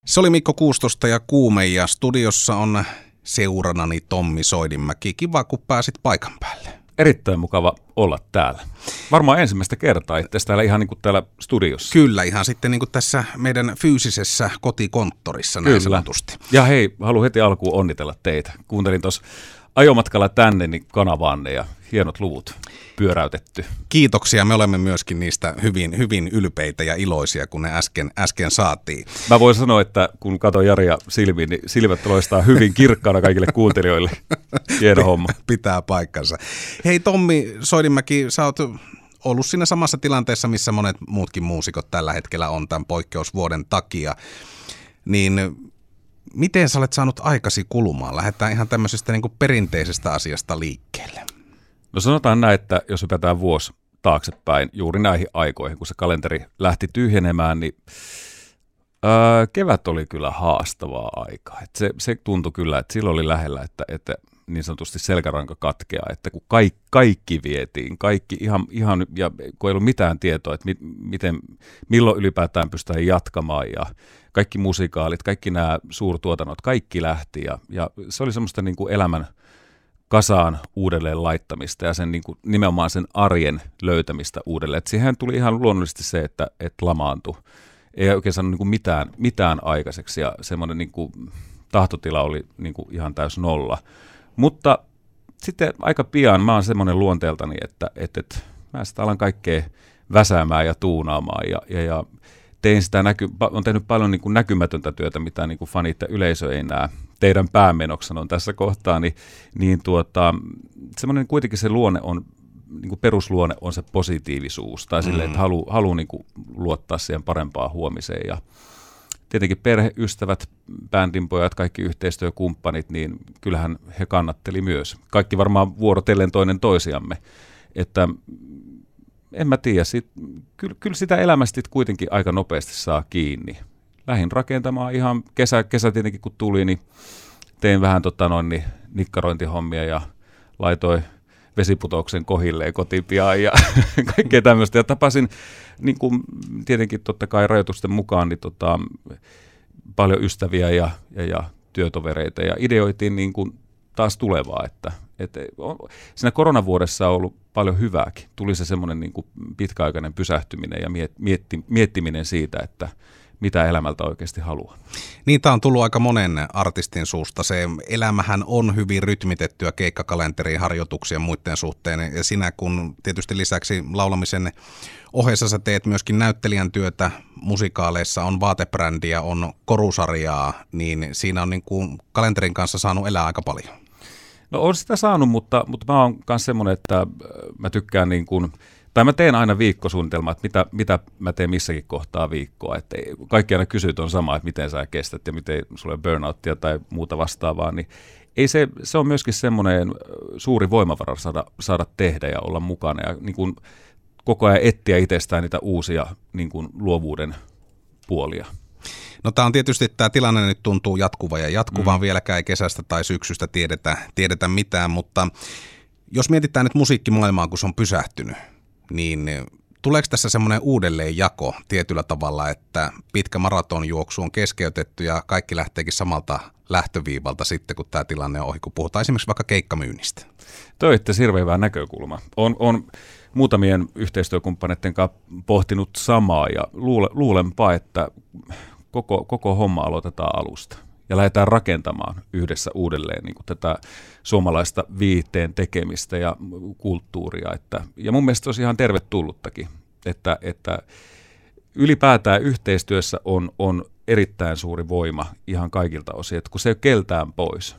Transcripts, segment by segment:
Se oli Mikko Kuustosta ja Kuume ja studiossa on seuranani Tommi Soidinmäki. Kiva, kun pääsit paikan päälle. Erittäin mukava olla täällä. Varmaan ensimmäistä kertaa itse täällä ihan niin kuin täällä studiossa. Kyllä, ihan sitten niin kuin tässä meidän fyysisessä kotikonttorissa näin sanotusti. Ja hei, haluan heti alkuun onnitella teitä. Kuuntelin tuossa ajomatkalla tänne niin kanavaanne ja hienot luvut pyöräytetty. Kiitoksia, me olemme myöskin niistä hyvin ylpeitä ja iloisia, kun ne äsken saatiin. Mä voin sanoa, että kun katson Jaria silmiin, niin silmät loistaa hyvin kirkkaana kaikille kuuntelijoille. Hieno homma. Pitää paikkansa. Hei Tommi Soidinmäki, sä oot ollut siinä samassa tilanteessa, missä monet muutkin muusikot tällä hetkellä on tämän poikkeusvuoden takia. Niin miten sä olet saanut aikasi kulumaan? Lähdetään ihan tämmöisestä niin kuin perinteisestä asiasta liikkeelle. No sanotaan näin, että jos hypätään vuosi taaksepäin juuri näihin aikoihin, kun se kalenteri lähti tyhjenemään, niin kevät oli kyllä haastavaa aikaa. Se tuntui kyllä, että silloin oli lähellä, että niin sanotusti selkäranka katkeaa, että kun kaikki vietiin, kaikki ihan ja kun ei ollut mitään tietoa, että milloin ylipäätään pystytään jatkamaan ja kaikki musikaalit, kaikki nämä suurtuotannot, kaikki lähti ja se oli semmoista niin kuin elämän kasaan uudelleen laittamista ja sen niin kuin nimenomaan sen arjen löytämistä uudelleen. Et siihen tuli ihan luonnollisesti se, että lamaantui. Ei oikein saanut niin kuin mitään aikaiseksi ja semmoinen niin kuin tahtotila oli niin kuin ihan täys nolla. Mutta sitten aika pian mä oon semmoinen luonteeltani, että mä sitä alan kaikkea väsäämään ja tuunaamaan ja tein sitä on tehnyt paljon niin kuin näkymätöntä työtä, mitä niin kuin fanit ja yleisö ei näe. Teidän päämenoksi on tässä kohtaa, niin semmoinen kuitenkin se luonne on, niin kuin perusluonne on se positiivisuus, tai silleen, että haluaa niin kuin luottaa siihen parempaan huomiseen, ja tietenkin perheystävät, bändinpojat, kaikki yhteistyökumppanit, niin kyllähän he kannatteli myös. Kaikki varmaan vuorotellen toinen toisiamme, että en mä tiedä, kyllä sitä elämästä kuitenkin aika nopeasti saa kiinni. Lähdin rakentamaan ihan kesä tietenkin kun tuli, niin tein vähän nikkarointihommia ja laitoin vesiputouksen kohilleen kotipiaan ja kaikkea tämmöistä. Ja tapasin niin kuin, tietenkin totta kai rajoitusten mukaan niin paljon ystäviä ja työtovereita ja ideoitiin niin kuin taas tulevaa, että siinä koronavuodessa on ollut paljon hyvääkin. Tuli se semmoinen niin kuin pitkäaikainen pysähtyminen ja miettiminen siitä, että mitä elämältä oikeasti haluaa. Niin, tämä on tullut aika monen artistin suusta. Se elämähän on hyvin rytmitettyä keikkakalenteriin, harjoituksien muiden suhteen. Ja sinä, kun tietysti lisäksi laulamisen ohessa sä teet myöskin näyttelijän työtä, musikaaleissa on vaatebrändiä, on korusarjaa, niin siinä on niin kuin kalenterin kanssa saanut elää aika paljon. No on sitä saanut, mutta mä oon myös semmoinen, että mä tykkään niin kuin, tai mä teen aina viikkosuunnitelmaa, että mitä mä teen missäkin kohtaa viikkoa. Että kaikki aina kysyt on sama, että miten sä kestät ja miten sulla on burnouttia tai muuta vastaavaa. Niin ei se on myöskin semmoinen suuri voimavara saada tehdä ja olla mukana ja niin kuin koko ajan etsiä itsestään niitä uusia niin kuin luovuuden puolia. No tämä on tietysti, tämä tilanne nyt tuntuu jatkuva ja jatkuvaan vieläkään ei kesästä tai syksystä tiedetä mitään, mutta jos mietitään nyt musiikkimaailmaa, kun se on pysähtynyt, niin tuleeko tässä semmoinen uudelleenjako tietyllä tavalla, että pitkä maratonjuoksu on keskeytetty ja kaikki lähteekin samalta lähtöviivalta sitten, kun tämä tilanne on ohi, kun puhutaan esimerkiksi vaikka keikkamyynnistä? Toi on hirveän hyvä näkökulma. On muutamien yhteistyökumppaneiden kanssa pohtinut samaa ja luulenpa, että koko homma aloitetaan alusta ja lähdetään rakentamaan yhdessä uudelleen niin kuin tätä suomalaista viihteen tekemistä ja kulttuuria. Ja mun mielestä olisi ihan tervetulluttakin, että ylipäätään yhteistyössä on erittäin suuri voima ihan kaikilta osin, että kun se ei ole keltään pois.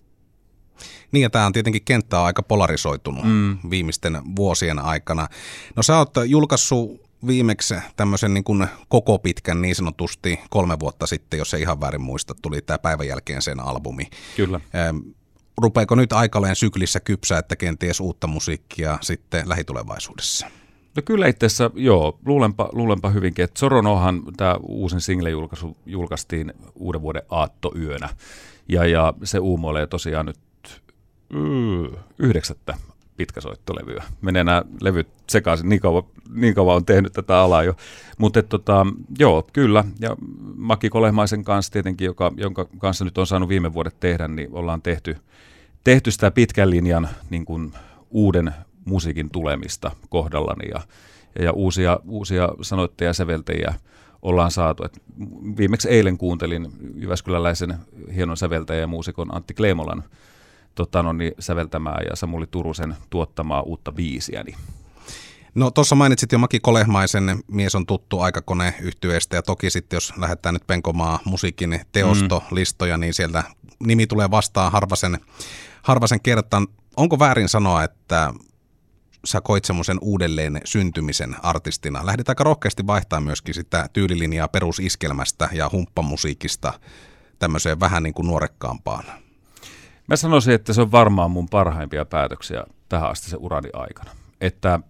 Niin, ja tämä on tietenkin kenttä on aika polarisoitunut viimeisten vuosien aikana. No sä oot julkaissut viimeksi tämmöisen niin kuin koko pitkän niin sanotusti 3 vuotta sitten, jos ei ihan väärin muista, tuli tämä Päivän jälkeen sen albumi. Kyllä. Rupeeko nyt aikalleen syklissä kypsää, että kenties uutta musiikkia sitten lähitulevaisuudessa? No kyllä itse asiassa, joo, luulenpa hyvinkin, että Soronohan tämä uusin single-julkaisu julkaistiin uuden vuoden aattoyönä ja se uumoilee tosiaan nyt 9. pitkäsoittolevyä. Menee nämä levyt sekaisin, niin kauan on tehnyt tätä alaa jo. Mutta joo, kyllä. Ja Maki Kolehmaisen kanssa tietenkin, jonka kanssa nyt on saanut viime vuodet tehdä, niin ollaan tehty sitä pitkän linjan niin kuin uuden musiikin tulemista kohdallani ja uusia sanoittajia ja säveltäjiä ollaan saatu. Et viimeksi eilen kuuntelin jyväskyläläisen hienon säveltäjän ja muusikon Antti Kleemolan säveltämää ja Samuli Turusen tuottamaa uutta biisiä. No tuossa mainitsit jo Maki Kolehmaisen, mies on tuttu Aikakone-yhtyeestä ja toki sitten jos lähdetään nyt penkomaan musiikin teostolistoja, niin sieltä nimi tulee vastaan harvasen kertaan. Onko väärin sanoa, että sä koit semmoisen uudelleen syntymisen artistina? Lähdit aika rohkeasti vaihtaa myöskin sitä tyylilinjaa perusiskelmästä ja humppamusiikista tämmöiseen vähän niin kuin nuorekkaampaan. Mä sanoisin, että se on varmaan mun parhaimpia päätöksiä tähän asti se urani aikana. Että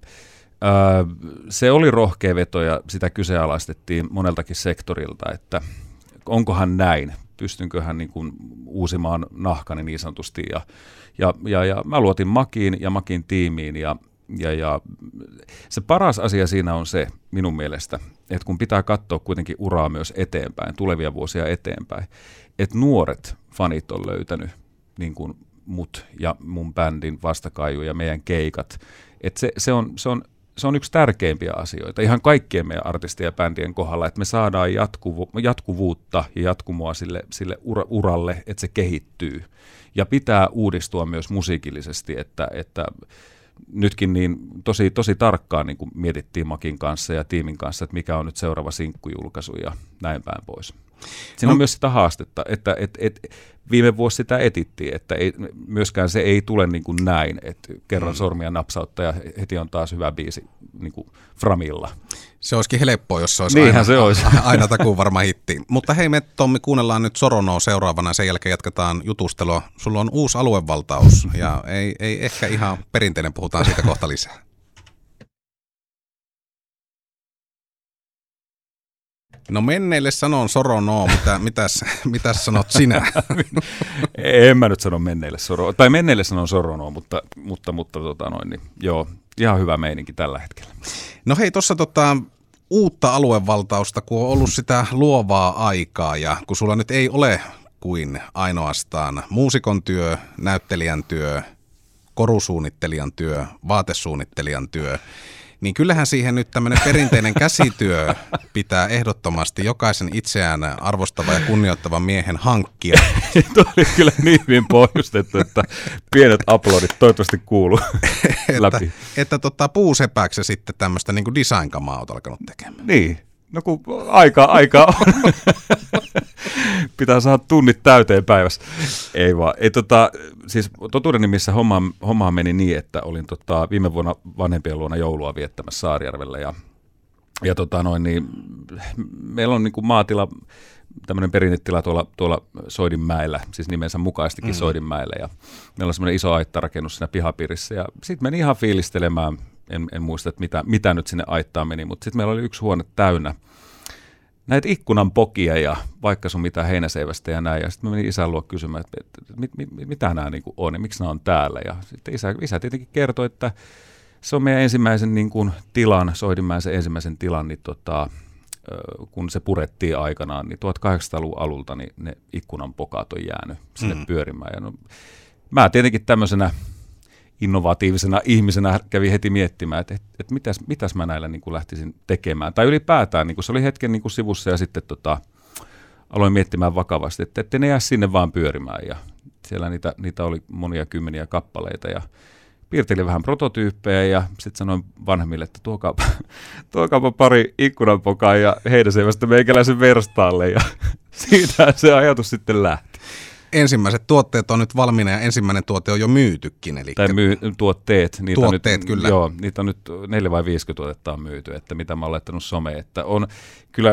se oli rohkea veto ja sitä kyseenalaistettiin moneltakin sektorilta, että onkohan näin, pystynköhän niin kuin uusimaan nahkani niin sanotusti. Ja mä luotin Makiin ja Makin tiimiin ja se paras asia siinä on se minun mielestä, että kun pitää katsoa kuitenkin uraa myös eteenpäin, tulevia vuosia eteenpäin, että nuoret fanit on löytänyt niin kuin mut ja mun bändin Vastakaiju ja meidän keikat, että se on yksi tärkeimpiä asioita ihan kaikkien meidän artistien ja bändien kohdalla, että me saadaan jatkuvuutta ja jatkumoa sille uralle, että se kehittyy. Ja pitää uudistua myös musiikillisesti, että nytkin niin tosi tarkkaan niin kuin mietittiin Makin kanssa ja tiimin kanssa, että mikä on nyt seuraava sinkkujulkaisu ja näin päin pois. Siinä on myös sitä haastetta, että viime vuosi sitä etittiin, että myöskään se ei tule niin kuin näin, että kerran sormia napsauttaa ja heti on taas hyvä biisi niin kuin framilla. Se olisikin helppoa, jos se olisi aina takuun varma hitti. Mutta hei me Tommi, kuunnellaan nyt Soronoa seuraavana, sen jälkeen jatketaan jutustelua. Sulla on uusi aluevaltaus ja ei ehkä ihan perinteinen, puhutaan siitä kohta lisää. No menneille sanon Soronoa, mitäs sanot sinä? En mä nyt sano menneille Soronoa, tai menneille sanon Soronoa, mutta niin, joo, ihan hyvä meininki tällä hetkellä. No hei, tuossa uutta aluevaltausta, kun on ollut sitä luovaa aikaa ja kun sulla nyt ei ole kuin ainoastaan muusikon työ, näyttelijän työ, korusuunnittelijan työ, vaatesuunnittelijan työ, niin kyllähän siihen nyt tämmöinen perinteinen käsityö pitää ehdottomasti jokaisen itseään arvostava ja kunnioittava miehen hankkia. Tuo oli kyllä niin hyvin pohjustettu, että pienet aplodit toivottavasti kuuluu läpi. Että puusepäksi sitten tämmöistä niin kuin design-kamaa olet alkanut tekemään. Niin, no kun aika on. Pitää saada tunnit täyteen päivässä. Ei vaan. Siis totuuden nimissä homma meni niin, että olin viime vuonna vanhempien luona joulua viettämässä Saarijärvellä ja niin, meillä on niin kuin maatila, tämmöinen perinnetila tuolla Soidinmäellä, siis nimensä mukaistikin Soidinmäellä ja meillä on semmoinen iso aittarakennus siinä pihapiirissä ja sitten menin ihan fiilistelemään, en muista, että mitä nyt sinne aittaan meni, mutta sitten meillä oli yksi huone täynnä näitä ikkunan pokia ja vaikka sun mitä heinäseivästä ja näin. Ja sitten mä menin isän luo kysymään, että mitä nämä niin kuin on ja miksi nämä on täällä. Ja sitten isä tietenkin kertoi, että se on meidän ensimmäisen niin kuin tilan, Soidinmäisen ensimmäisen tilan, niin kun se purettiin aikanaan, niin 1800-luvun alulta niin ne ikkunan pokaat on jäänyt sinne pyörimään. Ja no, mä tietenkin tämmöisenä innovatiivisena ihmisenä kävin heti miettimään, että mitäs mä näillä niin kuin lähtisin tekemään. Tai ylipäätään, niin kuin se oli hetken niin kuin sivussa ja sitten aloin miettimään vakavasti, että ne jää sinne vaan pyörimään. Ja siellä niitä oli monia kymmeniä kappaleita ja piirtelin vähän prototyyppejä ja sitten sanoin vanhemmille, että tuokaapa pari ikkunanpokaa ja heinäseivästä meikäläisen verstaalle ja siitä se ajatus sitten lähti. Ensimmäiset tuotteet on nyt valmiina ja ensimmäinen tuote on jo myytykin. Eli tai tuotteet. Tuotteet, kyllä. Joo, niitä on nyt 4 vai 5 tuotetta on myyty, että mitä mä oon laittanut someen. Että on kyllä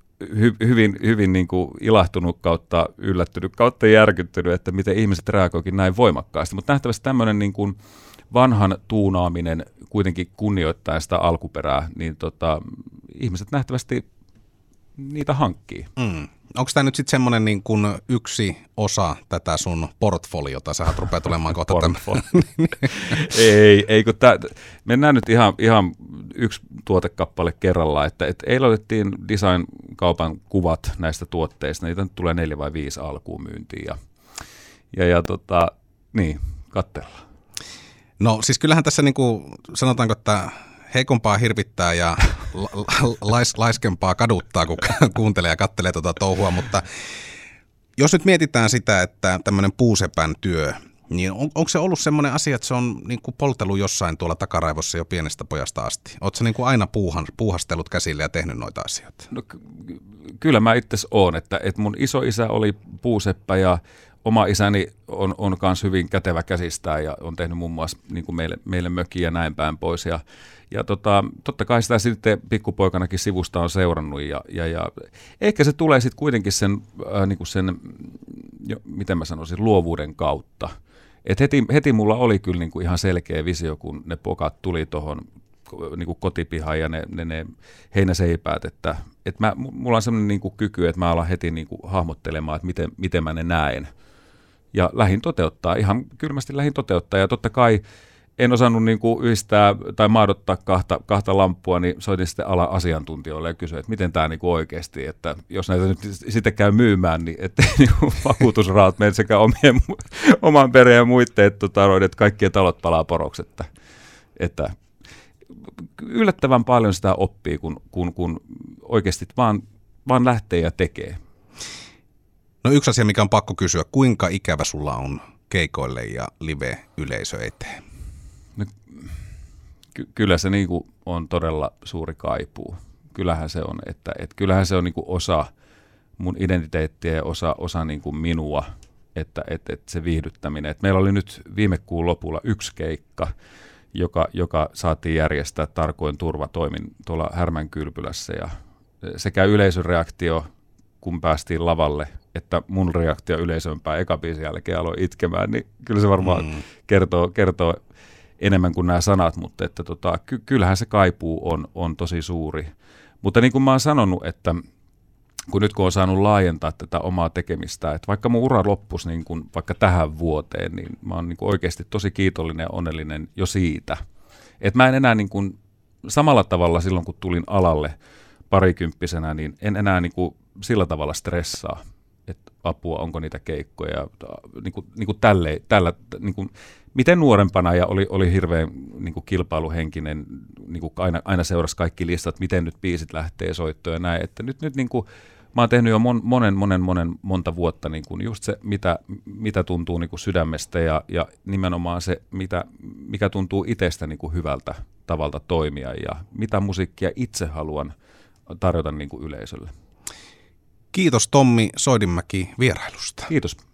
hyvin niin kuin ilahtunut kautta yllättynyt kautta järkyttynyt, että miten ihmiset reagoikin näin voimakkaasti. Mutta nähtävästi tämmöinen niin kuin vanhan tuunaaminen kuitenkin kunnioittaa sitä alkuperää, niin ihmiset nähtävästi niitä hankkii. Onko tämä nyt sitten semmoinen niin kuin yksi osa tätä sun portfoliota? Sä rupeat tulemaan kohta Ei kun mennään nyt ihan yksi tuotekappale kerrallaan, että eilen otettiin design-kaupan kuvat näistä tuotteista, niitä nyt tulee 4 vai 5 alkuun myyntiin niin, katsellaan. No siis kyllähän tässä niin kuin sanotaanko, että heikompaa hirvittää ja laiskempaa kaduttaa, kun kuuntelee ja katselee tuota touhua, mutta jos nyt mietitään sitä, että tämmöinen puusepän työ, niin onko se ollut semmoinen asia, että se on niin kuin poltellut jossain tuolla takaraivossa jo pienestä pojasta asti? Oletko sä niin kuin aina puuhastellut käsille ja tehnyt noita asioita? No, kyllä mä itse oon, että mun isoisä oli puuseppä ja oma isäni on myös hyvin kätevä käsistään ja on tehnyt muun muassa niin kuin meille mökiä ja näin päin pois. Ja totta kai sitä sitten pikkupoikanakin sivusta on seurannut ja ehkä se tulee sitten kuitenkin niin kuin sen miten mä sanoisin, luovuuden kautta. Et heti mulla oli kyllä niin kuin ihan selkeä visio, kun ne pokat tuli tuohon niin kuin kotipihaan ja ne heinäseipäät, että mulla on sellainen niin kuin kyky, että mä alan heti niin kuin hahmottelemaan, että miten mä ne näen. Ja lähdin toteuttaa, ihan kylmästi lähdin toteuttaa. Ja totta kai en osannut niin kuin yhdistää tai maadottaa kahta lamppua, niin soitin sitten alan asiantuntijoille ja kysyin, että miten tämä niin kuin oikeasti, että jos näitä nyt sitten käy myymään, niin ettei niin kuin vakuutusrahat mene sekä oman perheen ja muiden, että kaikkien talot palaa poroksi. Että yllättävän paljon sitä oppii, kun oikeasti vaan lähtee ja tekee. No yksi asia, mikä on pakko kysyä, kuinka ikävä sulla on keikoille ja live-yleisö eteen? No, kyllä se niin kuin on todella suuri kaipuu. Kyllähän se on, että kyllähän se on niin kuin osa mun identiteettiä ja osa niin kuin minua, että se viihdyttäminen. Et meillä oli nyt viime kuun lopulla yksi keikka, joka saatiin järjestää tarkoin turvatoimin tuolla Härmänkylpylässä ja sekä yleisön reaktio, kun päästiin lavalle, että mun reaktio yleisömpään eka biisin jälkeen aloin itkemään, niin kyllä se varmaan kertoo enemmän kuin nämä sanat, mutta että kyllähän se kaipuu on tosi suuri. Mutta niin kuin mä oon sanonut, että kun on saanut laajentaa tätä omaa tekemistä, että vaikka mun ura loppuisi niin kuin vaikka tähän vuoteen, niin mä oon niin kuin oikeasti tosi kiitollinen ja onnellinen jo siitä. Että mä en enää niin kuin samalla tavalla silloin, kun tulin alalle parikymppisenä, niin en enää niin kuin sillä tavalla stressaa, että apua, onko niitä keikkoja, niin kuin tällä, niin kuin, miten nuorempana ja oli hirveän niin kuin kilpailuhenkinen, niin kuin aina seurasi kaikki listat, miten nyt biisit lähtee soittoon ja näin, että nyt niin kuin, mä oon tehnyt jo monta vuotta niin kuin just se, mitä tuntuu niin kuin sydämestä ja nimenomaan se, mikä tuntuu itsestä niin kuin hyvältä tavalta toimia ja mitä musiikkia itse haluan tarjota niin kuin yleisölle. Kiitos Tommi Soidinmäki vierailusta. Kiitos.